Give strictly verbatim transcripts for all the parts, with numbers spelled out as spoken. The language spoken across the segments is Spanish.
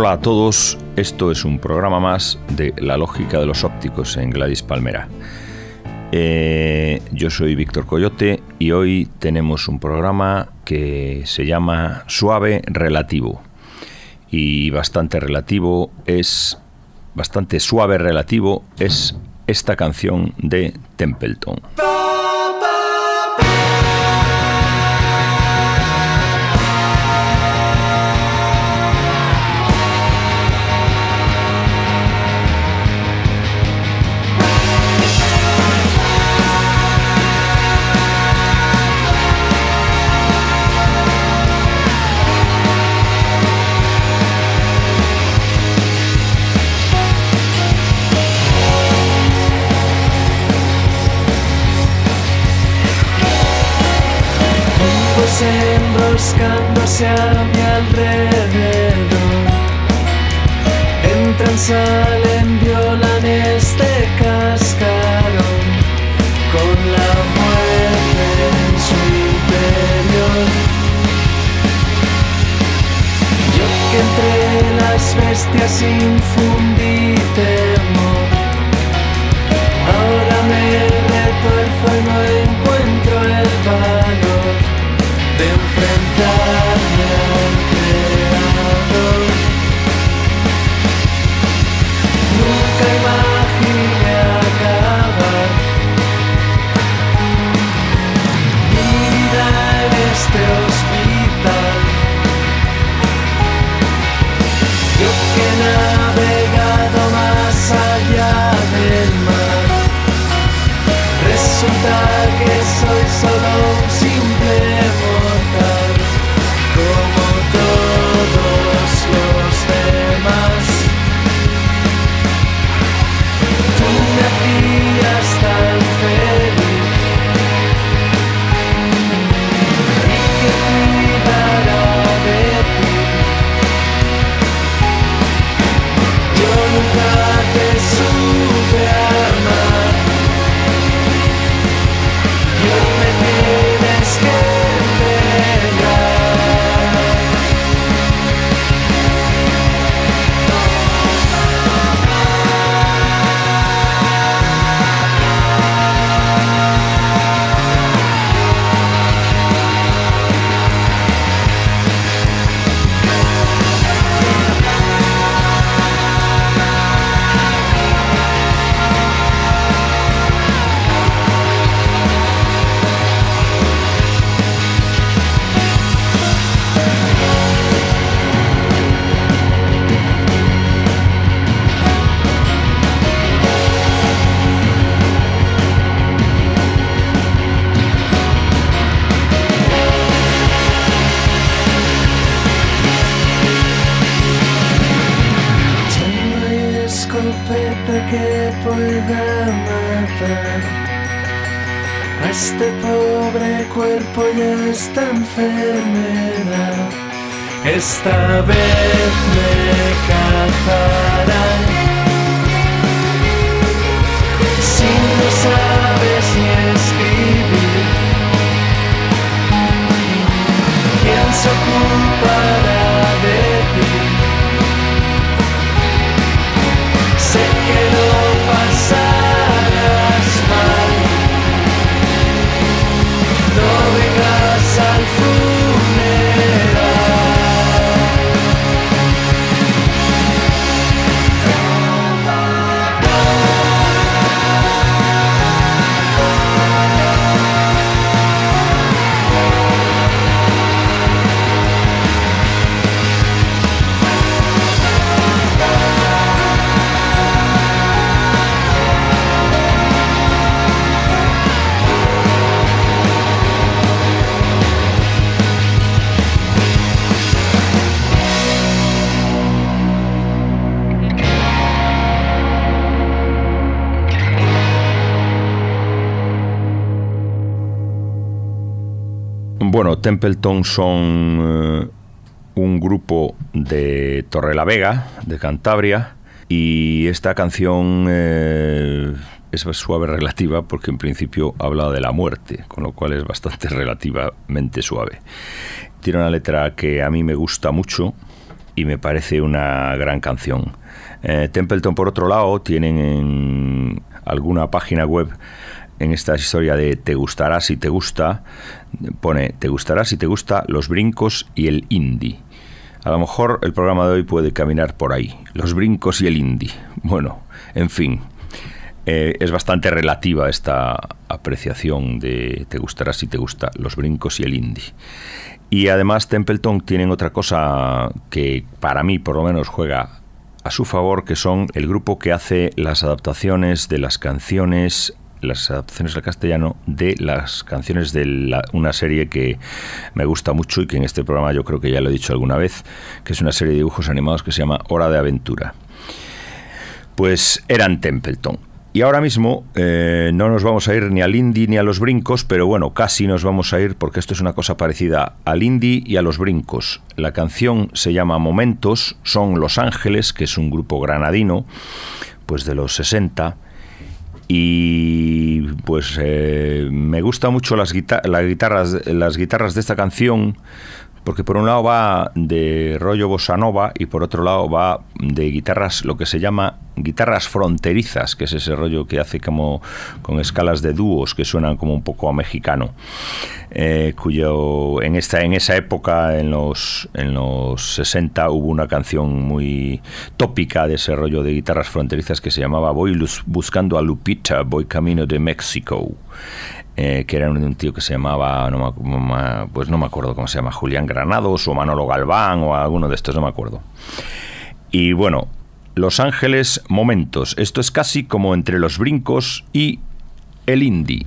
Hola a todos, esto es un programa más de La Lógica de los Ópticos en Gladys Palmera. Eh, yo soy Víctor Coyote y hoy tenemos un programa que se llama Suave Relativo. Y bastante relativo es, bastante suave relativo es esta canción de Templeton. Enroscándose a mi alrededor, entran, salen, violan este cascarón, con la muerte en su interior. Yo que entre las bestias infundí temor, ahora me retuerzo y no encuentro el valor de enfrentarme al Creador. Nunca imaginé acabar mi vida en este hospital. Yo que he navegado más allá del mar, resulta que soy solo un simple mortal, como todos los demás. Tú me hacías tan feliz y que cuidara de ti. Yo nunca te supe amar, y hoy me tienes que entregar. Que pueda matar a este pobre cuerpo y a esta enfermedad. Esta vez me cazarán. Si no sabes ni escribir, ¿quién se ocupará de ti? Sé que lo pasarás mal, no vengas al funeral. Bueno, Templeton son eh, un grupo de Torrelavega, de Cantabria, y esta canción eh, es suave relativa porque en principio habla de la muerte, con lo cual es bastante relativamente suave. Tiene una letra que a mí me gusta mucho y me parece una gran canción. Eh, Templeton, por otro lado, tienen en alguna página web, en esta historia de Te gustará si te gusta, pone Te gustará si te gusta los brincos y el indie. A lo mejor el programa de hoy puede caminar por ahí, los brincos y el indie. Bueno, en fin, eh, es bastante relativa esta apreciación de Te gustará si te gusta los brincos y el indie. Y además Templeton tienen otra cosa que para mí por lo menos juega a su favor, que son el grupo que hace las adaptaciones de las canciones, las adaptaciones al castellano de las canciones de la, una serie que me gusta mucho y que en este programa yo creo que ya lo he dicho alguna vez, que es una serie de dibujos animados que se llama Hora de Aventura. Pues eran Templeton. Y ahora mismo eh, no nos vamos a ir ni al indie ni a los brincos, pero bueno, casi nos vamos a ir porque esto es una cosa parecida al indie y a los brincos. La canción se llama Momentos, son Los Ángeles, que es un grupo granadino, pues de los sesenta, y pues eh, me gustan mucho las, guitar- las, guitarras, las guitarras de esta canción, porque por un lado va de rollo bossa nova y por otro lado va de guitarras, lo que se llama guitarras fronterizas, que es ese rollo que hace como con escalas de dúos que suenan como un poco a mexicano, eh, cuyo en esta en esa época, en los en los sesenta, hubo una canción muy tópica de ese rollo de guitarras fronterizas que se llamaba Voy buscando a Lupita, voy camino de México. Eh, que era un, un tío que se llamaba, no me, pues no me acuerdo cómo se llama, Julián Granados o Manolo Galván o alguno de estos, no me acuerdo. Y bueno, Los Ángeles, Momentos. Esto es casi como entre los brincos y el indie.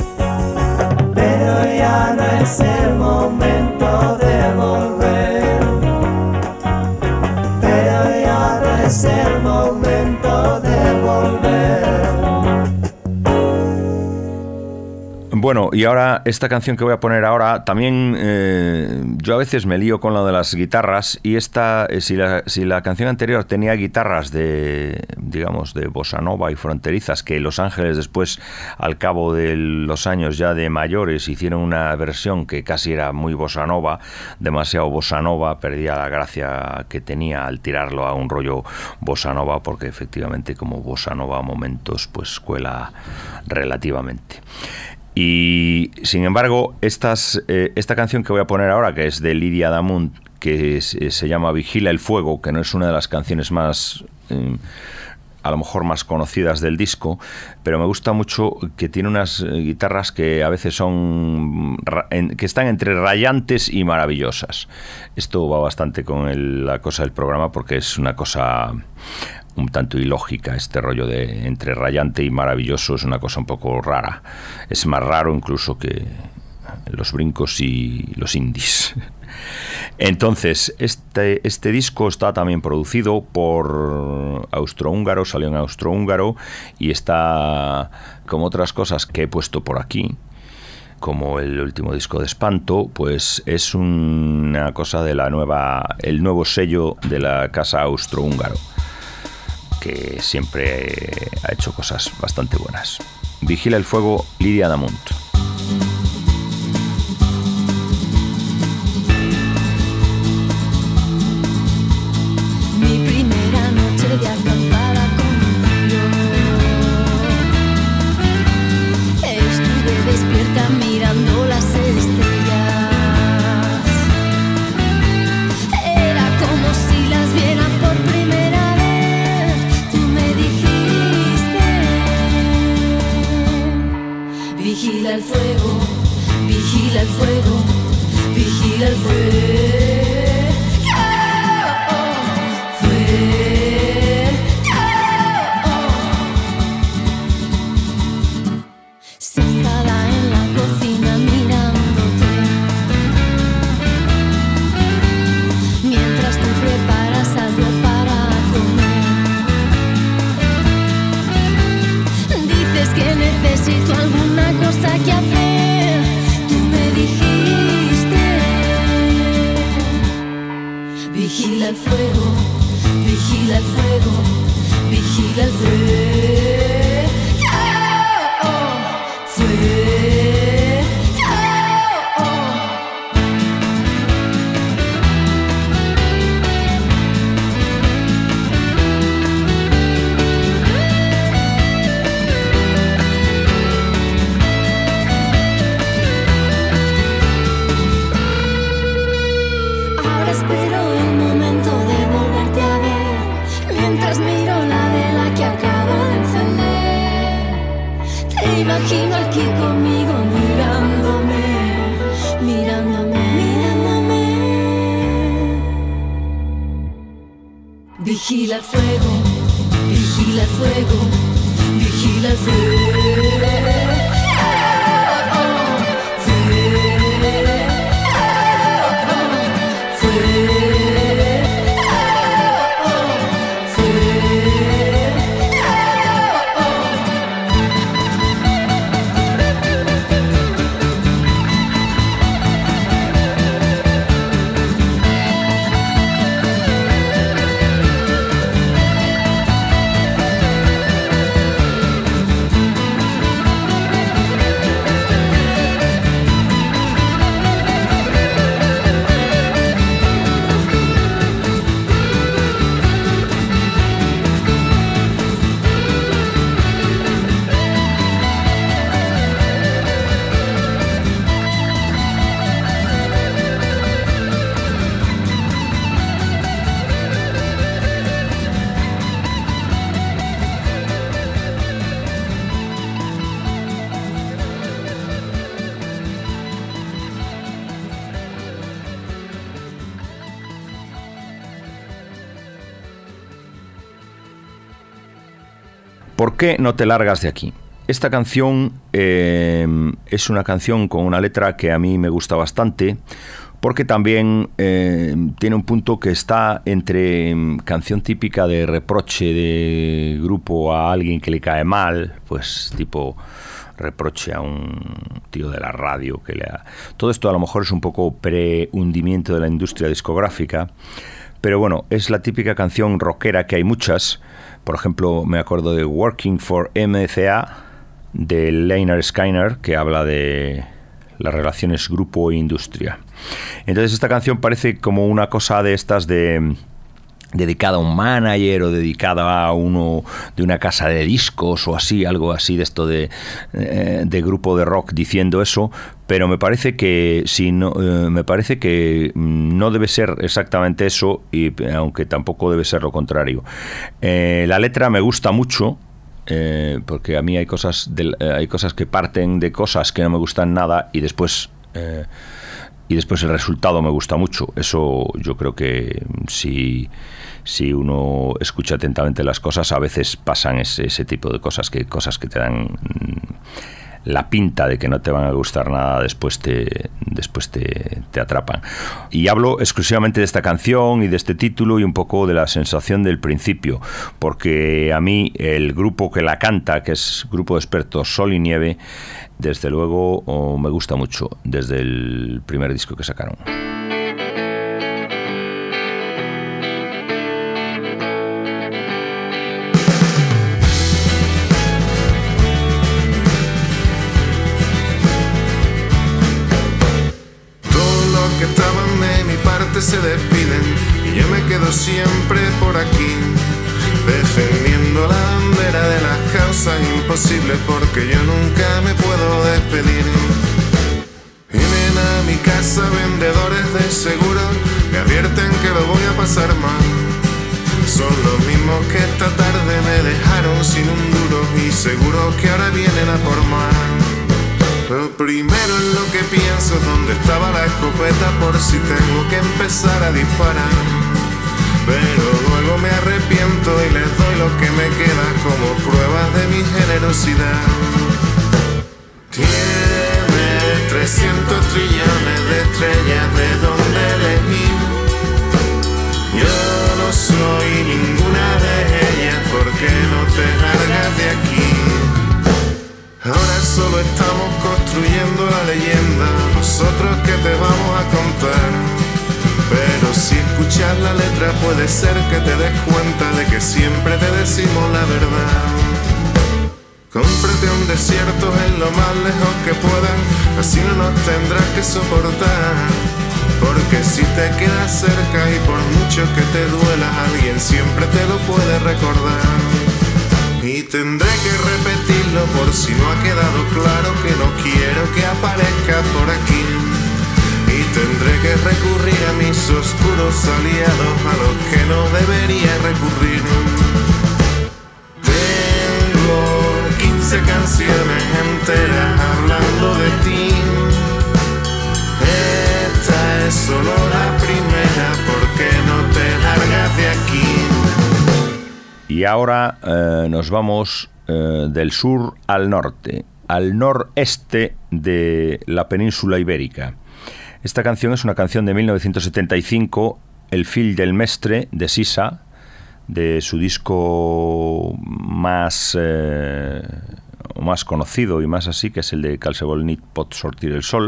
Es el momento de volver. Bueno, y ahora esta canción que voy a poner ahora, también eh, yo a veces me lío con lo de las guitarras, y esta, eh, si, la, si la canción anterior tenía guitarras de, digamos, de bossa nova y fronterizas, que Los Ángeles después, al cabo de los años ya de mayores, hicieron una versión que casi era muy bossa nova, demasiado bossa nova, perdía la gracia que tenía al tirarlo a un rollo bossa nova, porque efectivamente como bossa nova a momentos pues cuela relativamente. Y sin embargo, estas, eh, esta canción que voy a poner ahora, que es de Lydia Damunt, que es, eh, se llama Vigila el fuego, que no es una de las canciones más, eh, a lo mejor más conocidas del disco, pero me gusta mucho, que tiene unas guitarras que a veces son, que están entre rayantes y maravillosas. Esto va bastante con el, la cosa del programa, porque es una cosa un tanto ilógica, este rollo de entre rayante y maravilloso, es una cosa un poco rara. Es más raro incluso que los brincos y los indies. Entonces, este, este disco está también producido por austrohúngaro, salió en austrohúngaro, y está, como otras cosas que he puesto por aquí, como el último disco de Espanto, pues es una cosa de la nueva, el nuevo sello de la casa austrohúngaro, que siempre ha hecho cosas bastante buenas. Vigila el fuego, Lydia Damunt. Mi primera noche de acampada contigo, estuve despierta mirando las estrellas. Era como si las viera por primera vez. Tú me dijiste: vigila el fuego, vigila el fuego, vigila el fuego. Sentada en la cocina mirándote, mientras tú preparas algo para comer. Dices que necesito alguna cosa que hacer. Tú me dijiste: vigila el fuego, vigila el fuego, vigila el fuego. Ahora espero el momento de volverte a ver, mientras miro la vela que acabo de encender. Te imagino aquí conmigo mirándome, mirándome, mirándome. Vigila el fuego, vigila el fuego, vigila el fuego. ¿Por qué no te largas de aquí? Esta canción eh, es una canción con una letra que a mí me gusta bastante, porque también eh, tiene un punto que está entre canción típica de reproche de grupo a alguien que le cae mal, pues tipo reproche a un tío de la radio que le ha... Todo esto a lo mejor es un poco pre-hundimiento de la industria discográfica, pero bueno, es la típica canción rockera que hay muchas. Por ejemplo, me acuerdo de Working for M C A de Lynyrd Skynyrd, que habla de las relaciones grupo e industria. Entonces esta canción parece como una cosa de estas de... dedicada a un manager o dedicada a uno de una casa de discos o así, algo así de esto de, eh, de grupo de rock diciendo eso, pero me parece que si no, eh, me parece que no debe ser exactamente eso, y aunque tampoco debe ser lo contrario. Eh, la letra me gusta mucho. Eh, porque a mí hay cosas de, eh, hay cosas que parten de cosas que no me gustan nada y después eh, y después el resultado me gusta mucho. Eso yo creo que si, si uno escucha atentamente las cosas, a veces pasan ese, ese tipo de cosas, que cosas que te dan la pinta de que no te van a gustar nada, después te después te, te atrapan. Y hablo exclusivamente de esta canción y de este título y un poco de la sensación del principio, porque a mí el grupo que la canta, que es Grupo de Expertos Sol y Nieve, desde luego oh, me gusta mucho desde el primer disco que sacaron. Se despiden y yo me quedo siempre por aquí, defendiendo la bandera de las causas imposibles, porque yo nunca me puedo despedir. Vienen a mi casa vendedores de seguros, me advierten que lo voy a pasar mal. Son los mismos que esta tarde me dejaron sin un duro y seguro que ahora vienen a por más. Lo primero en lo que pienso es dónde estaba la escopeta, por si tengo que empezar a disparar. Pero luego me arrepiento y les doy lo que me queda como pruebas de mi generosidad. Tiene trescientos trillones de estrellas de donde elegir. Yo no soy ninguna de ellas, ¿por qué no te largas de aquí? Ahora solo estamos construyendo la leyenda, nosotros que te vamos a contar. Pero si escuchas la letra puede ser que te des cuenta de que siempre te decimos la verdad. Cómprate un desierto en lo más lejos que puedas, así no nos tendrás que soportar. Porque si te quedas cerca y por mucho que te duela, alguien siempre te lo puede recordar. Y tendré que repetirlo por si no ha quedado claro, que no quiero que aparezca por aquí. Y tendré que recurrir a mis oscuros aliados, a los que no debería recurrir. Tengo quince canciones enteras hablando de ti. Esta es solo la primera, ¿por qué no te largas de aquí? Y ahora eh, nos vamos eh, del sur al norte, al noreste de la península ibérica. Esta canción es una canción de mil novecientos setenta y cinco, El fill del mestre, de Sisa, de su disco más, eh, más conocido y más así, que es el de Qualsevol nit pot sortir el sol.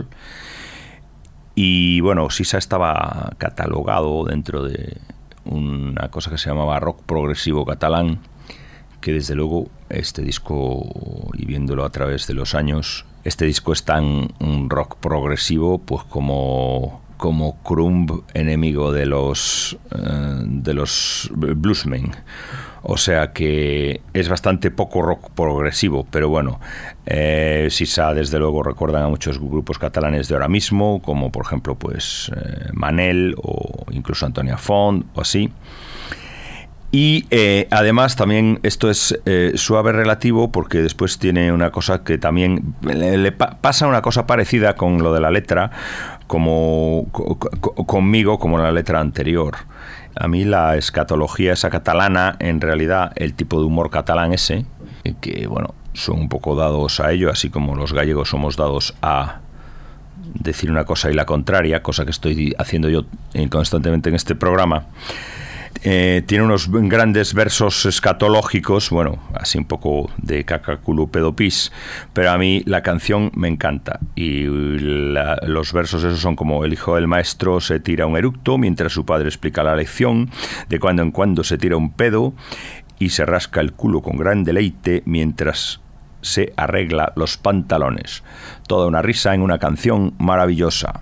Y bueno, Sisa estaba catalogado dentro de una cosa que se llamaba rock progresivo catalán, que desde luego este disco, y viéndolo a través de los años, este disco es tan un rock progresivo pues como como Crumb, enemigo de los uh, de los bluesmen. O sea que es bastante poco rock progresivo, pero bueno, eh, Sisa desde luego recuerdan a muchos grupos catalanes de ahora mismo, como por ejemplo pues eh, Manel o incluso Antonia Font o así. Y eh, además también esto es eh, suave relativo, porque después tiene una cosa que también le, le pa- pasa una cosa parecida con lo de la letra, como co- co- conmigo, como la letra anterior. A mí la escatología esa catalana, en realidad el tipo de humor catalán ese, que bueno, son un poco dados a ello, así como los gallegos somos dados a decir una cosa y la contraria, cosa que estoy haciendo yo constantemente en este programa. Eh, tiene unos grandes versos escatológicos, bueno, así un poco de cacaculo pedopis, pero a mí la canción me encanta y la, los versos esos son como: el hijo del maestro se tira un eructo mientras su padre explica la lección, de cuando en cuando se tira un pedo y se rasca el culo con gran deleite mientras se arregla los pantalones. Toda una risa en una canción maravillosa.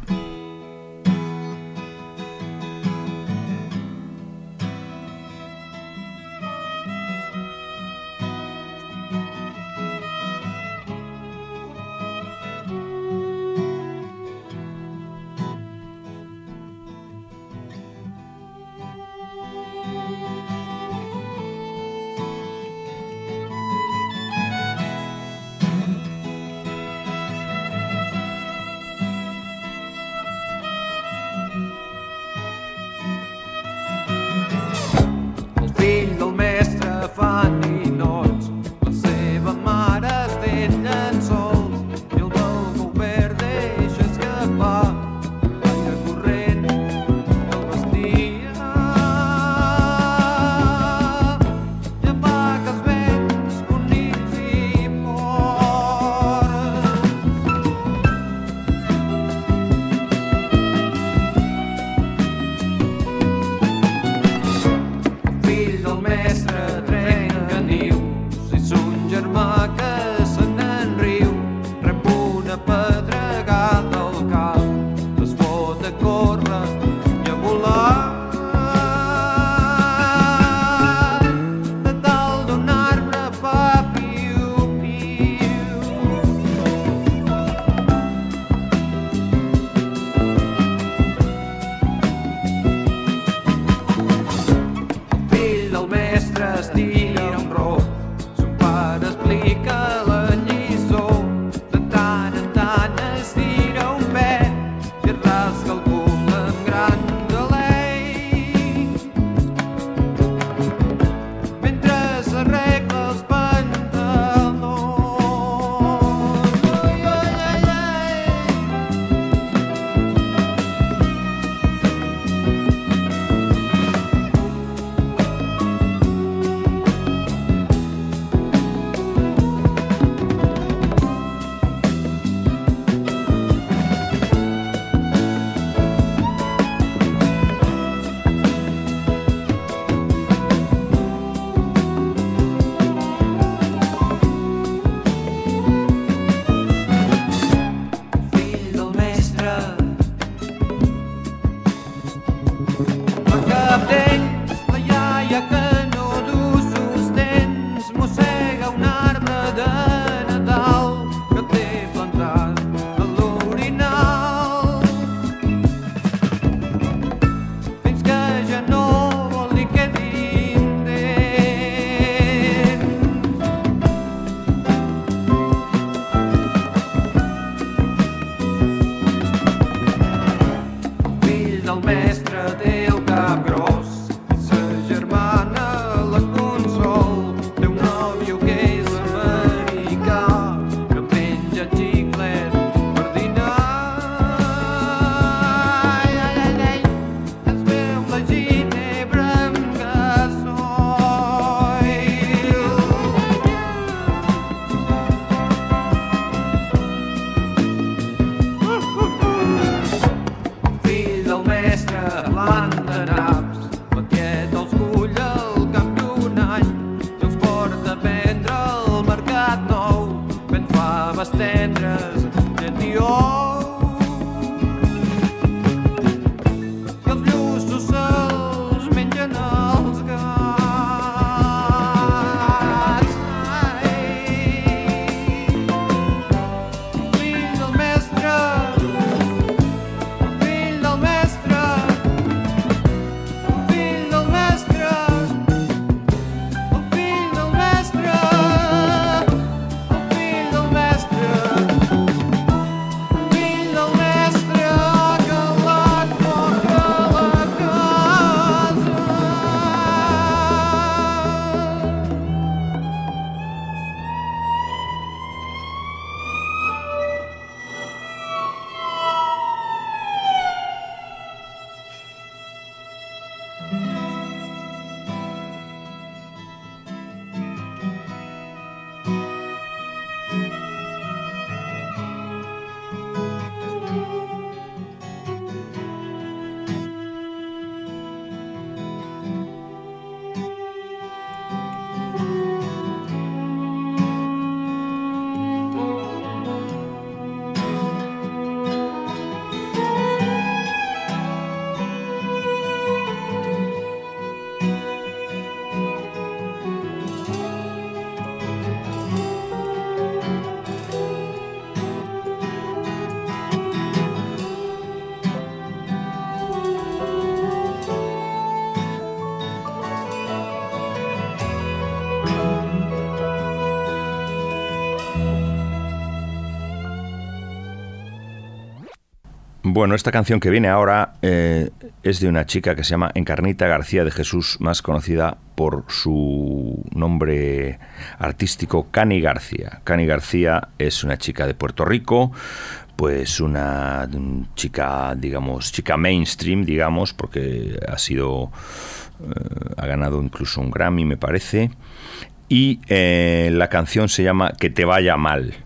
Bueno, esta canción que viene ahora eh, es de una chica que se llama Encarnita García de Jesús, más conocida por su nombre artístico Cani García. Cani García es una chica de Puerto Rico, pues una chica, digamos, chica mainstream, digamos, porque ha sido, eh, ha ganado incluso un Grammy, me parece, y eh, la canción se llama Que te vaya mal.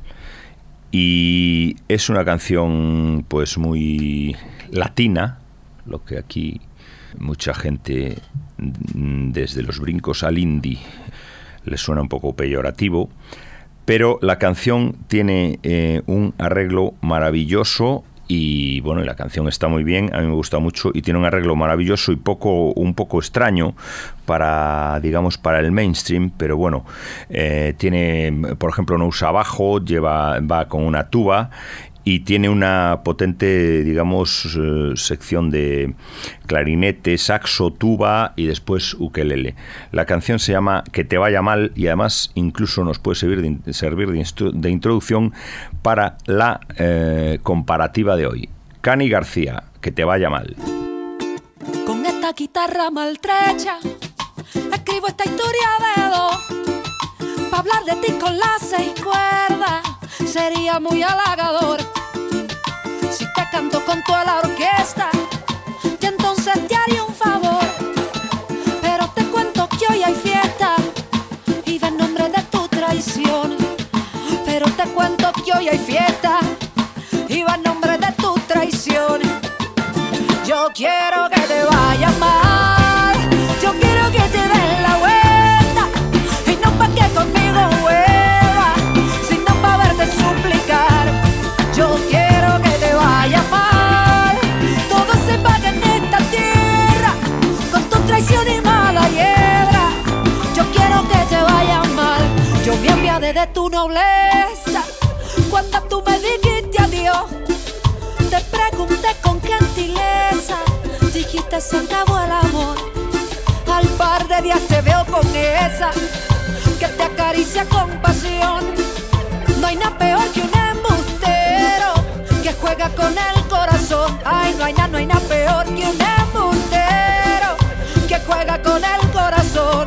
Y es una canción pues muy latina, lo que aquí mucha gente desde los brincos al indie le suena un poco peyorativo, pero la canción tiene eh, un arreglo maravilloso y bueno, la canción está muy bien, a mí me gusta mucho y tiene un arreglo maravilloso y poco, un poco extraño para, digamos, para el mainstream, pero bueno, eh, tiene, por ejemplo, no usa bajo, lleva, va con una tuba y tiene una potente, digamos, eh, sección de clarinete, saxo, tuba y después ukelele. La canción se llama Que te vaya mal y además incluso nos puede servir de, servir de, instru- de introducción para la eh, comparativa de hoy. Cani García, Que te vaya mal. Con esta guitarra maltrecha escribo esta historia de dos. Pa' hablar de ti con las seis cuerdas sería muy halagador. Si te canto con toda la orquesta, y entonces te haría un favor. Pero te cuento que hoy hay fiesta y en nombre de tu traición. Pero te cuento que hoy hay fiesta y va en nombre de tu traición. Yo quiero que te vaya mal, yo quiero que te den la vuelta y no pa' que conmigo vuelva, sino pa' verte suplicar. Yo quiero que te vaya mal, todo se paga en esta tierra con tu traición y mala hiedra. Yo quiero que te vaya mal, yo me apiadé de tu nobleza cuando tú me dijiste adiós. Te pregunté con gentileza, dijiste se acabó el amor. Al par de días te veo con esa que te acaricia con pasión. No hay nada peor que un embustero que juega con el corazón. Ay, no hay nada, no hay nada peor que un embustero que juega con el corazón.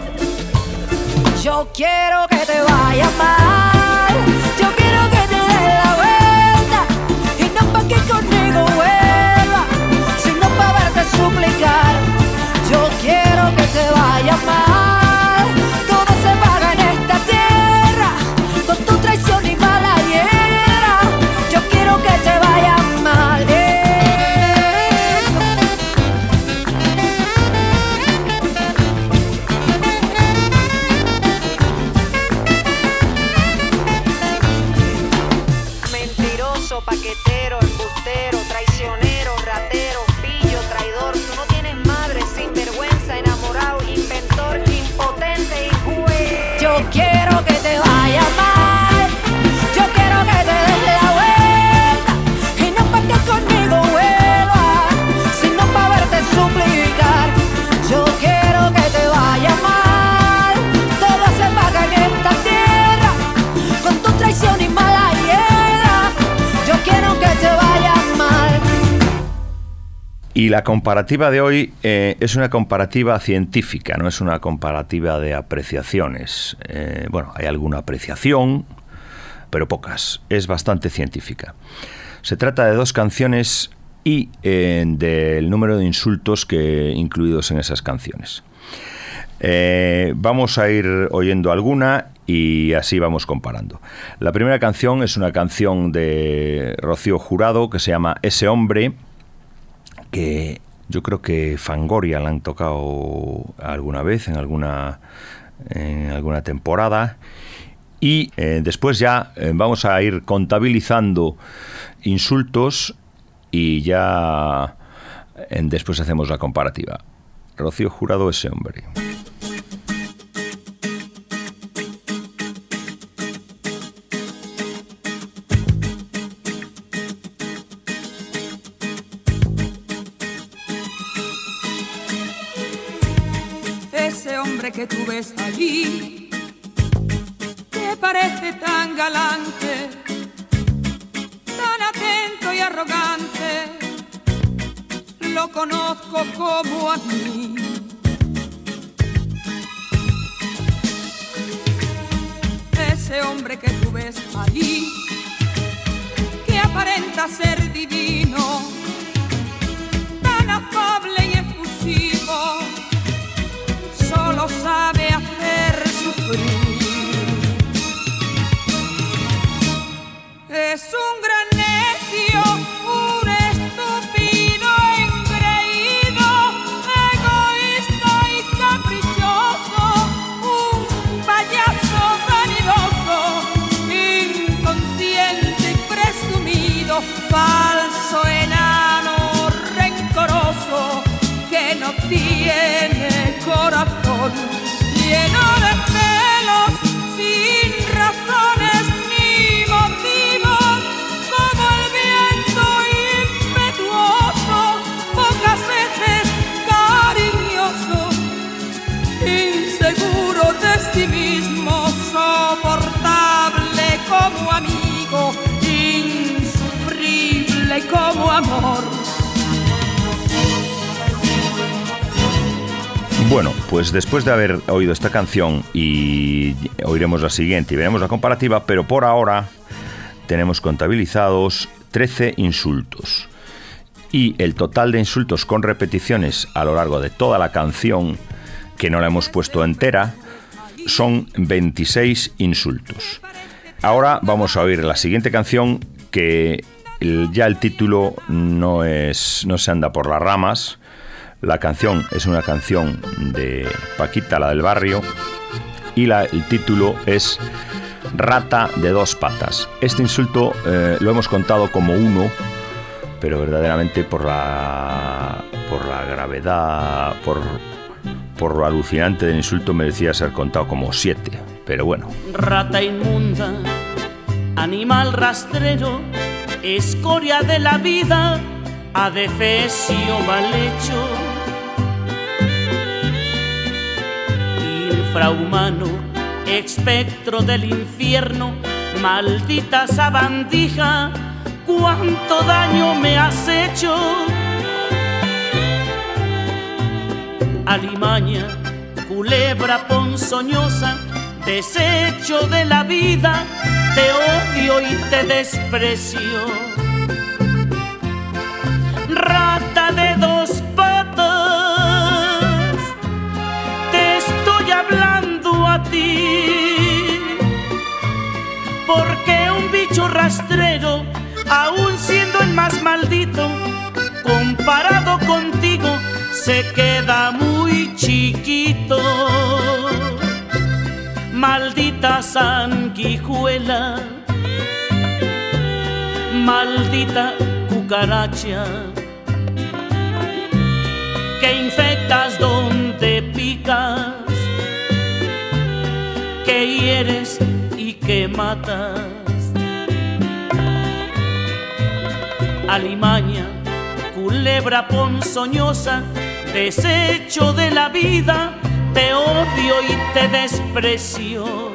Yo quiero que te vaya mal, yo quiero que te dé la vuelta y no pa' que conmigo vuelva, sino pa' verte suplicar. Yo quiero que te vaya mal, todo se paga en esta tierra con tu traición y mala hiera. Yo quiero que te vaya mal. Mentiroso, paquetero, embustero, traicionero, ratero, pillo, traidor. Tú no tienes madre, sinvergüenza, enamorado, inventor, impotente y juez. Yo quiero que te vaya mal, yo quiero que te des la vuelta y no pa' que conmigo vuelva, sino pa' verte suplicar. Yo quiero que te vaya mal, todo se paga en esta tierra con tu traición y mala hiedra. Yo quiero que te vaya mal. Y la comparativa de hoy eh, es una comparativa científica, no es una comparativa de apreciaciones. Eh, bueno, hay alguna apreciación, pero pocas. Es bastante científica. Se trata de dos canciones y eh, del número de insultos que incluidos en esas canciones. Eh, vamos a ir oyendo alguna y así vamos comparando. La primera canción es una canción de Rocío Jurado que se llama Ese hombre, que yo creo que Fangoria la han tocado alguna vez en alguna, en alguna temporada. Y eh, después ya eh, vamos a ir contabilizando insultos y ya eh, después hacemos la comparativa. Rocío Jurado, Ese hombre. Ese hombre que tú ves allí, que parece galante, tan atento y arrogante, lo conozco como a mí. Ese hombre que tú ves ahí, que aparenta ser divino, tan afable y efusivo, solo sabe hacer sufrir. Es un gran necio, un estúpido engreído, egoísta y caprichoso, un payaso vanidoso, inconsciente y presumido, falso enano rencoroso, que no tiene corazón, lleno de celos, sin razones ni motivos, como el viento impetuoso, pocas veces cariñoso, inseguro de sí mismo, soportable como amigo, insufrible como amor. Bueno, pues después de haber oído esta canción y oiremos la siguiente y veremos la comparativa, pero por ahora tenemos contabilizados trece insultos. Y el total de insultos con repeticiones a lo largo de toda la canción, que no la hemos puesto entera, son veintiséis insultos. Ahora vamos a oír la siguiente canción, que el, ya el título no, es, no se anda por las ramas. La canción es una canción de Paquita, la del barrio, y la, el título es Rata de dos patas. Este insulto eh, lo hemos contado como uno, pero verdaderamente por la, por la gravedad, por, por lo alucinante del insulto merecía ser contado como siete, pero bueno. Rata inmunda, animal rastrero, escoria de la vida, adefesio mal hecho, infrahumano, espectro del infierno, maldita sabandija, cuánto daño me has hecho. Alimaña, culebra ponzoñosa, desecho de la vida, te odio y te desprecio. Rata de dos patas, te estoy hablando a ti, porque un bicho rastrero, aún siendo el más maldito, comparado contigo, se queda muy chiquito. Maldita sanguijuela, maldita cucaracha, que infectas donde picas, que hieres y que matas. Alimaña, culebra ponzoñosa, desecho de la vida, te odio y te desprecio.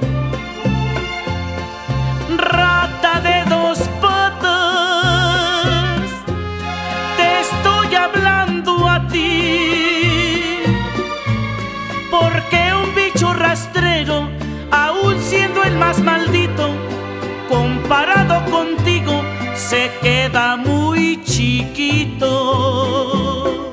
Rata de dos patas, te estoy hablando a ti, porque un bicho rastrero, aún siendo el más maldito, comparado contigo, se queda muy chiquito.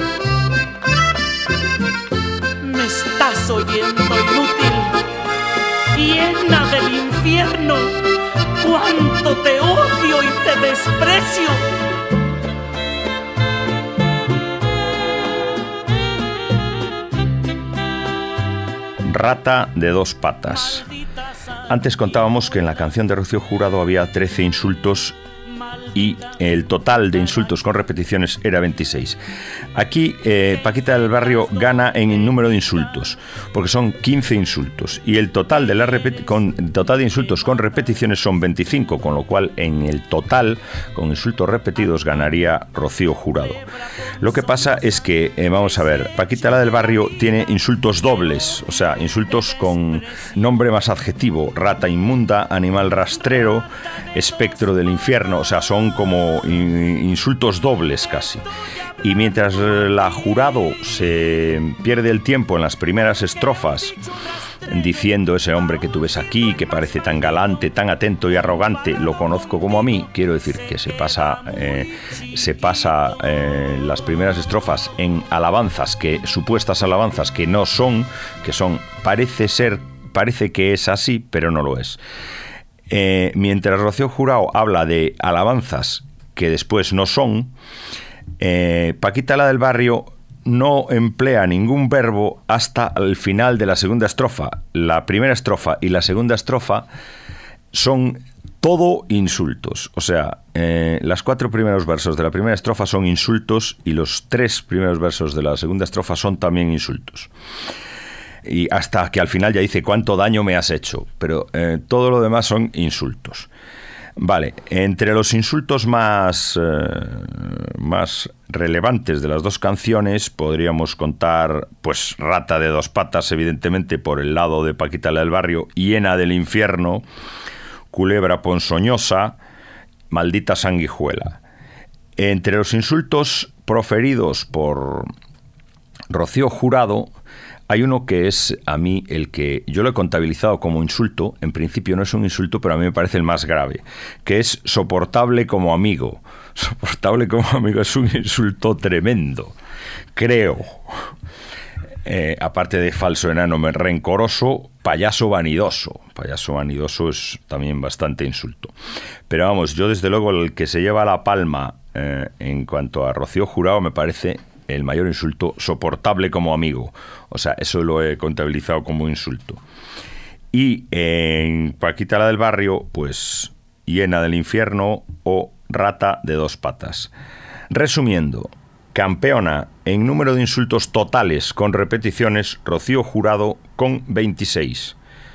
Me estás oyendo, inútil, llena del infierno, cuánto te odio y te desprecio. Rata de dos patas. Antes contábamos que en la canción de Rocío Jurado había trece insultos y el total de insultos con repeticiones era veintiséis. Aquí eh, Paquita del Barrio gana en el número de insultos, porque son quince insultos, y el total de, la repeti- con, el total de insultos con repeticiones son veinticinco, con lo cual en el total, con insultos repetidos, ganaría Rocío Jurado. Lo que pasa es que, eh, vamos a ver, Paquita la del Barrio tiene insultos dobles, o sea, insultos con nombre más adjetivo: rata inmunda, animal rastrero, espectro del infierno, o sea, son son como insultos dobles casi. Y mientras la Jurado se pierde el tiempo en las primeras estrofas diciendo ese hombre que tú ves aquí, que parece tan galante, tan atento y arrogante, lo conozco como a mí, quiero decir que se pasa, eh, se pasa eh, las primeras estrofas en alabanzas, que supuestas alabanzas que no son, que son, parece ser, parece que es así, pero no lo es. Eh, mientras Rocío Jurado habla de alabanzas que después no son, eh, Paquita la del Barrio no emplea ningún verbo hasta el final de la segunda estrofa. La primera estrofa y la segunda estrofa son todo insultos. O sea, eh, los cuatro primeros versos de la primera estrofa son insultos y los tres primeros versos de la segunda estrofa son también insultos. Y hasta que al final ya dice cuánto daño me has hecho. Pero eh, todo lo demás son insultos. Vale, entre los insultos más, eh, más relevantes de las dos canciones podríamos contar, pues, rata de dos patas, evidentemente, por el lado de Paquita la del Barrio, hiena del infierno, culebra ponzoñosa, maldita sanguijuela. Entre los insultos proferidos por Rocío Jurado, hay uno que es a mí el que yo lo he contabilizado como insulto. En principio no es un insulto, pero a mí me parece el más grave, que es soportable como amigo. Soportable como amigo es un insulto tremendo, creo. Eh, aparte de falso enano rencoroso, payaso vanidoso. Payaso vanidoso es también bastante insulto. Pero vamos, yo desde luego el que se lleva la palma eh, en cuanto a Rocío Jurado me parece el mayor insulto, soportable como amigo. O sea, eso lo he contabilizado como insulto. Y en Paquita la del Barrio, pues, hiena del infierno o rata de dos patas. Resumiendo, campeona en número de insultos totales con repeticiones, Rocío Jurado con veintiséis.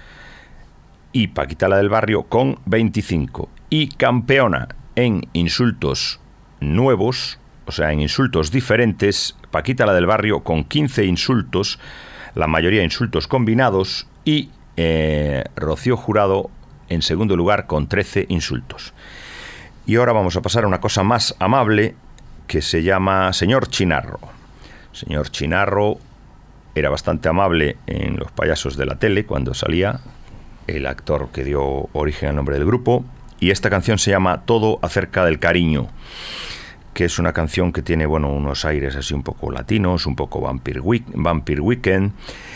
Y Paquita la del Barrio con veinticinco. Y campeona en insultos nuevos, o sea, en insultos diferentes, Paquita la del Barrio con quince insultos, la mayoría insultos combinados, y eh, Rocío Jurado en segundo lugar con trece insultos. Y ahora vamos a pasar a una cosa más amable que se llama Señor Chinarro. Señor Chinarro era bastante amable en Los Payasos de la Tele cuando salía, el actor que dio origen al nombre del grupo, y esta canción se llama Todo acerca del cariño, que es una canción que tiene, bueno, unos aires así un poco latinos, un poco Vampire, Week, Vampire Weekend.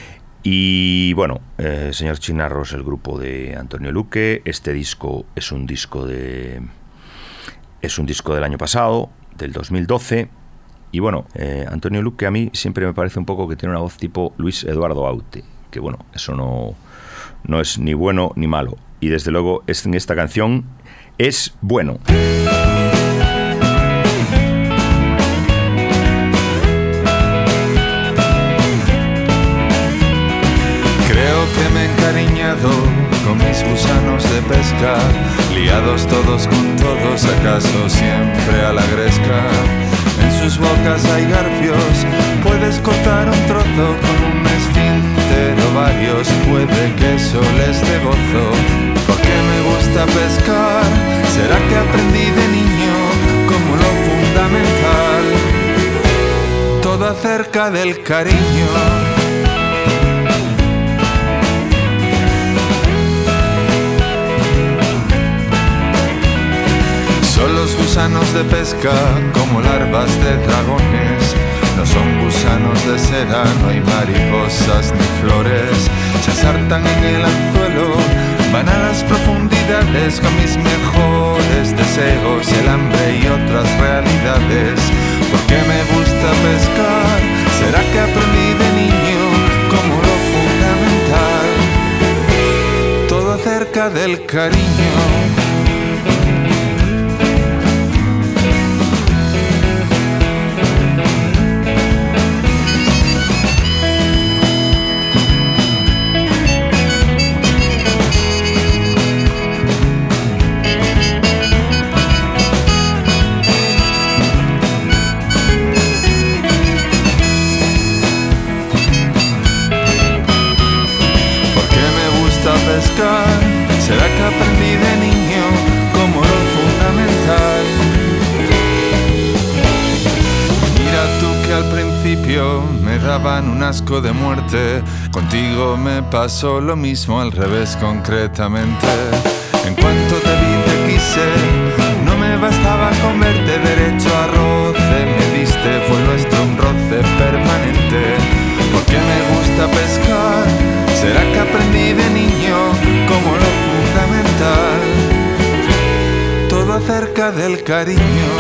Y bueno, eh, Señor Chinarro es el grupo de Antonio Luque. Este disco es un disco de es un disco del año pasado, del dos mil doce. Y bueno, eh, Antonio Luque a mí siempre me parece un poco que tiene una voz tipo Luis Eduardo Aute, que bueno, eso no, no es ni bueno ni malo. Y desde luego es, en esta canción es bueno. Con mis gusanos de pesca, liados todos con todos, acaso siempre a la gresca. En sus bocas hay garfios, puedes cortar un trozo con un esfínter o varios, puede que eso les dé gozo. Porque me gusta pescar, será que aprendí de niño como lo fundamental, todo acerca del cariño. Son los gusanos de pesca como larvas de dragones. No son gusanos de seda, no hay mariposas ni flores. Se ensartan en el anzuelo, van a las profundidades con mis mejores deseos, el hambre y otras realidades. Porque me gusta pescar, será que aprendí de niño como lo fundamental, todo acerca del cariño. Será que aprendí de niño daban un asco de muerte. Contigo me pasó lo mismo al revés concretamente. En cuanto te vi te quise, no me bastaba con verte derecho a roce. Me diste, fue nuestro un roce permanente. Porque me gusta pescar, será que aprendí de niño como lo fundamental. Todo acerca del cariño,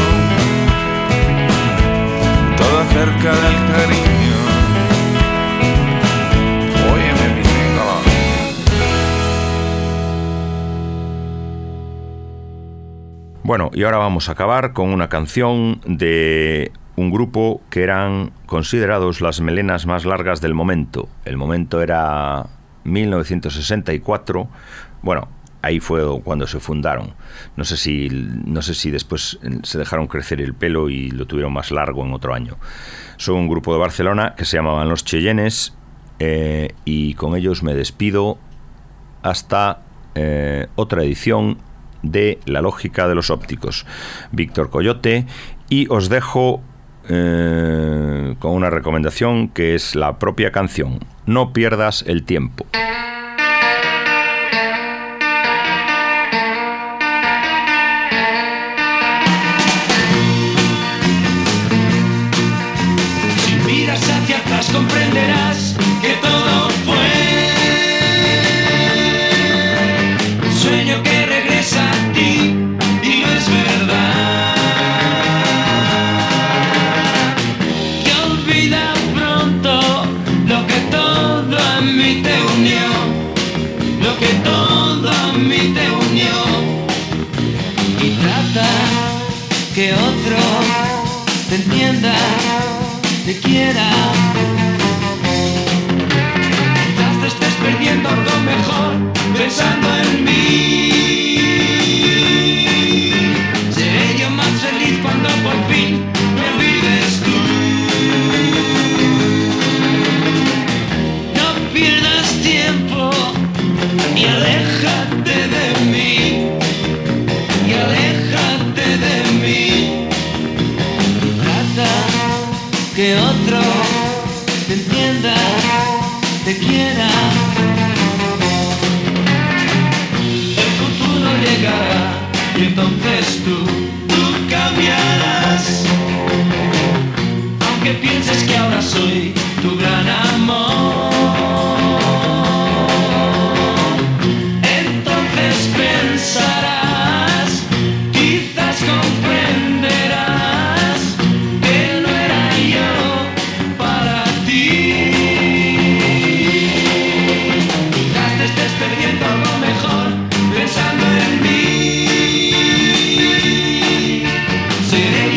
todo acerca del cariño. Óyeme, mi amigo. Bueno, y ahora vamos a acabar con una canción de un grupo que eran considerados las melenas más largas del momento. El momento era mil novecientos sesenta y cuatro. Bueno, ahí fue cuando se fundaron. No sé si, no sé si después se dejaron crecer el pelo y lo tuvieron más largo en otro año. Son un grupo de Barcelona que se llamaban Los Cheyennes, eh, y con ellos me despido hasta eh, otra edición de La Lógica de los Ópticos. Víctor Coyote, y os dejo eh, con una recomendación que es la propia canción. No pierdas el tiempo. Comprenderás que todo fue un sueño que regresa a ti y no es verdad. Que olvida pronto lo que todo a mí te unió, lo que todo a mí te unió, y trata que otro te entienda, te quiera. Perdiendo algo mejor, pensando en mí. Seré yo más feliz cuando por fin me olvides tú. No pierdas tiempo y aléjate de mí, y aléjate de mí. Trata que otro te entienda, te quiera. Llegará y entonces tú, tú cambiarás. Aunque pienses que ahora soy tu gran amor, entonces pensarás, quizás comprenderás que no era yo para ti. Quizás te estés perdiendo algo mejor pensando en mí. Seré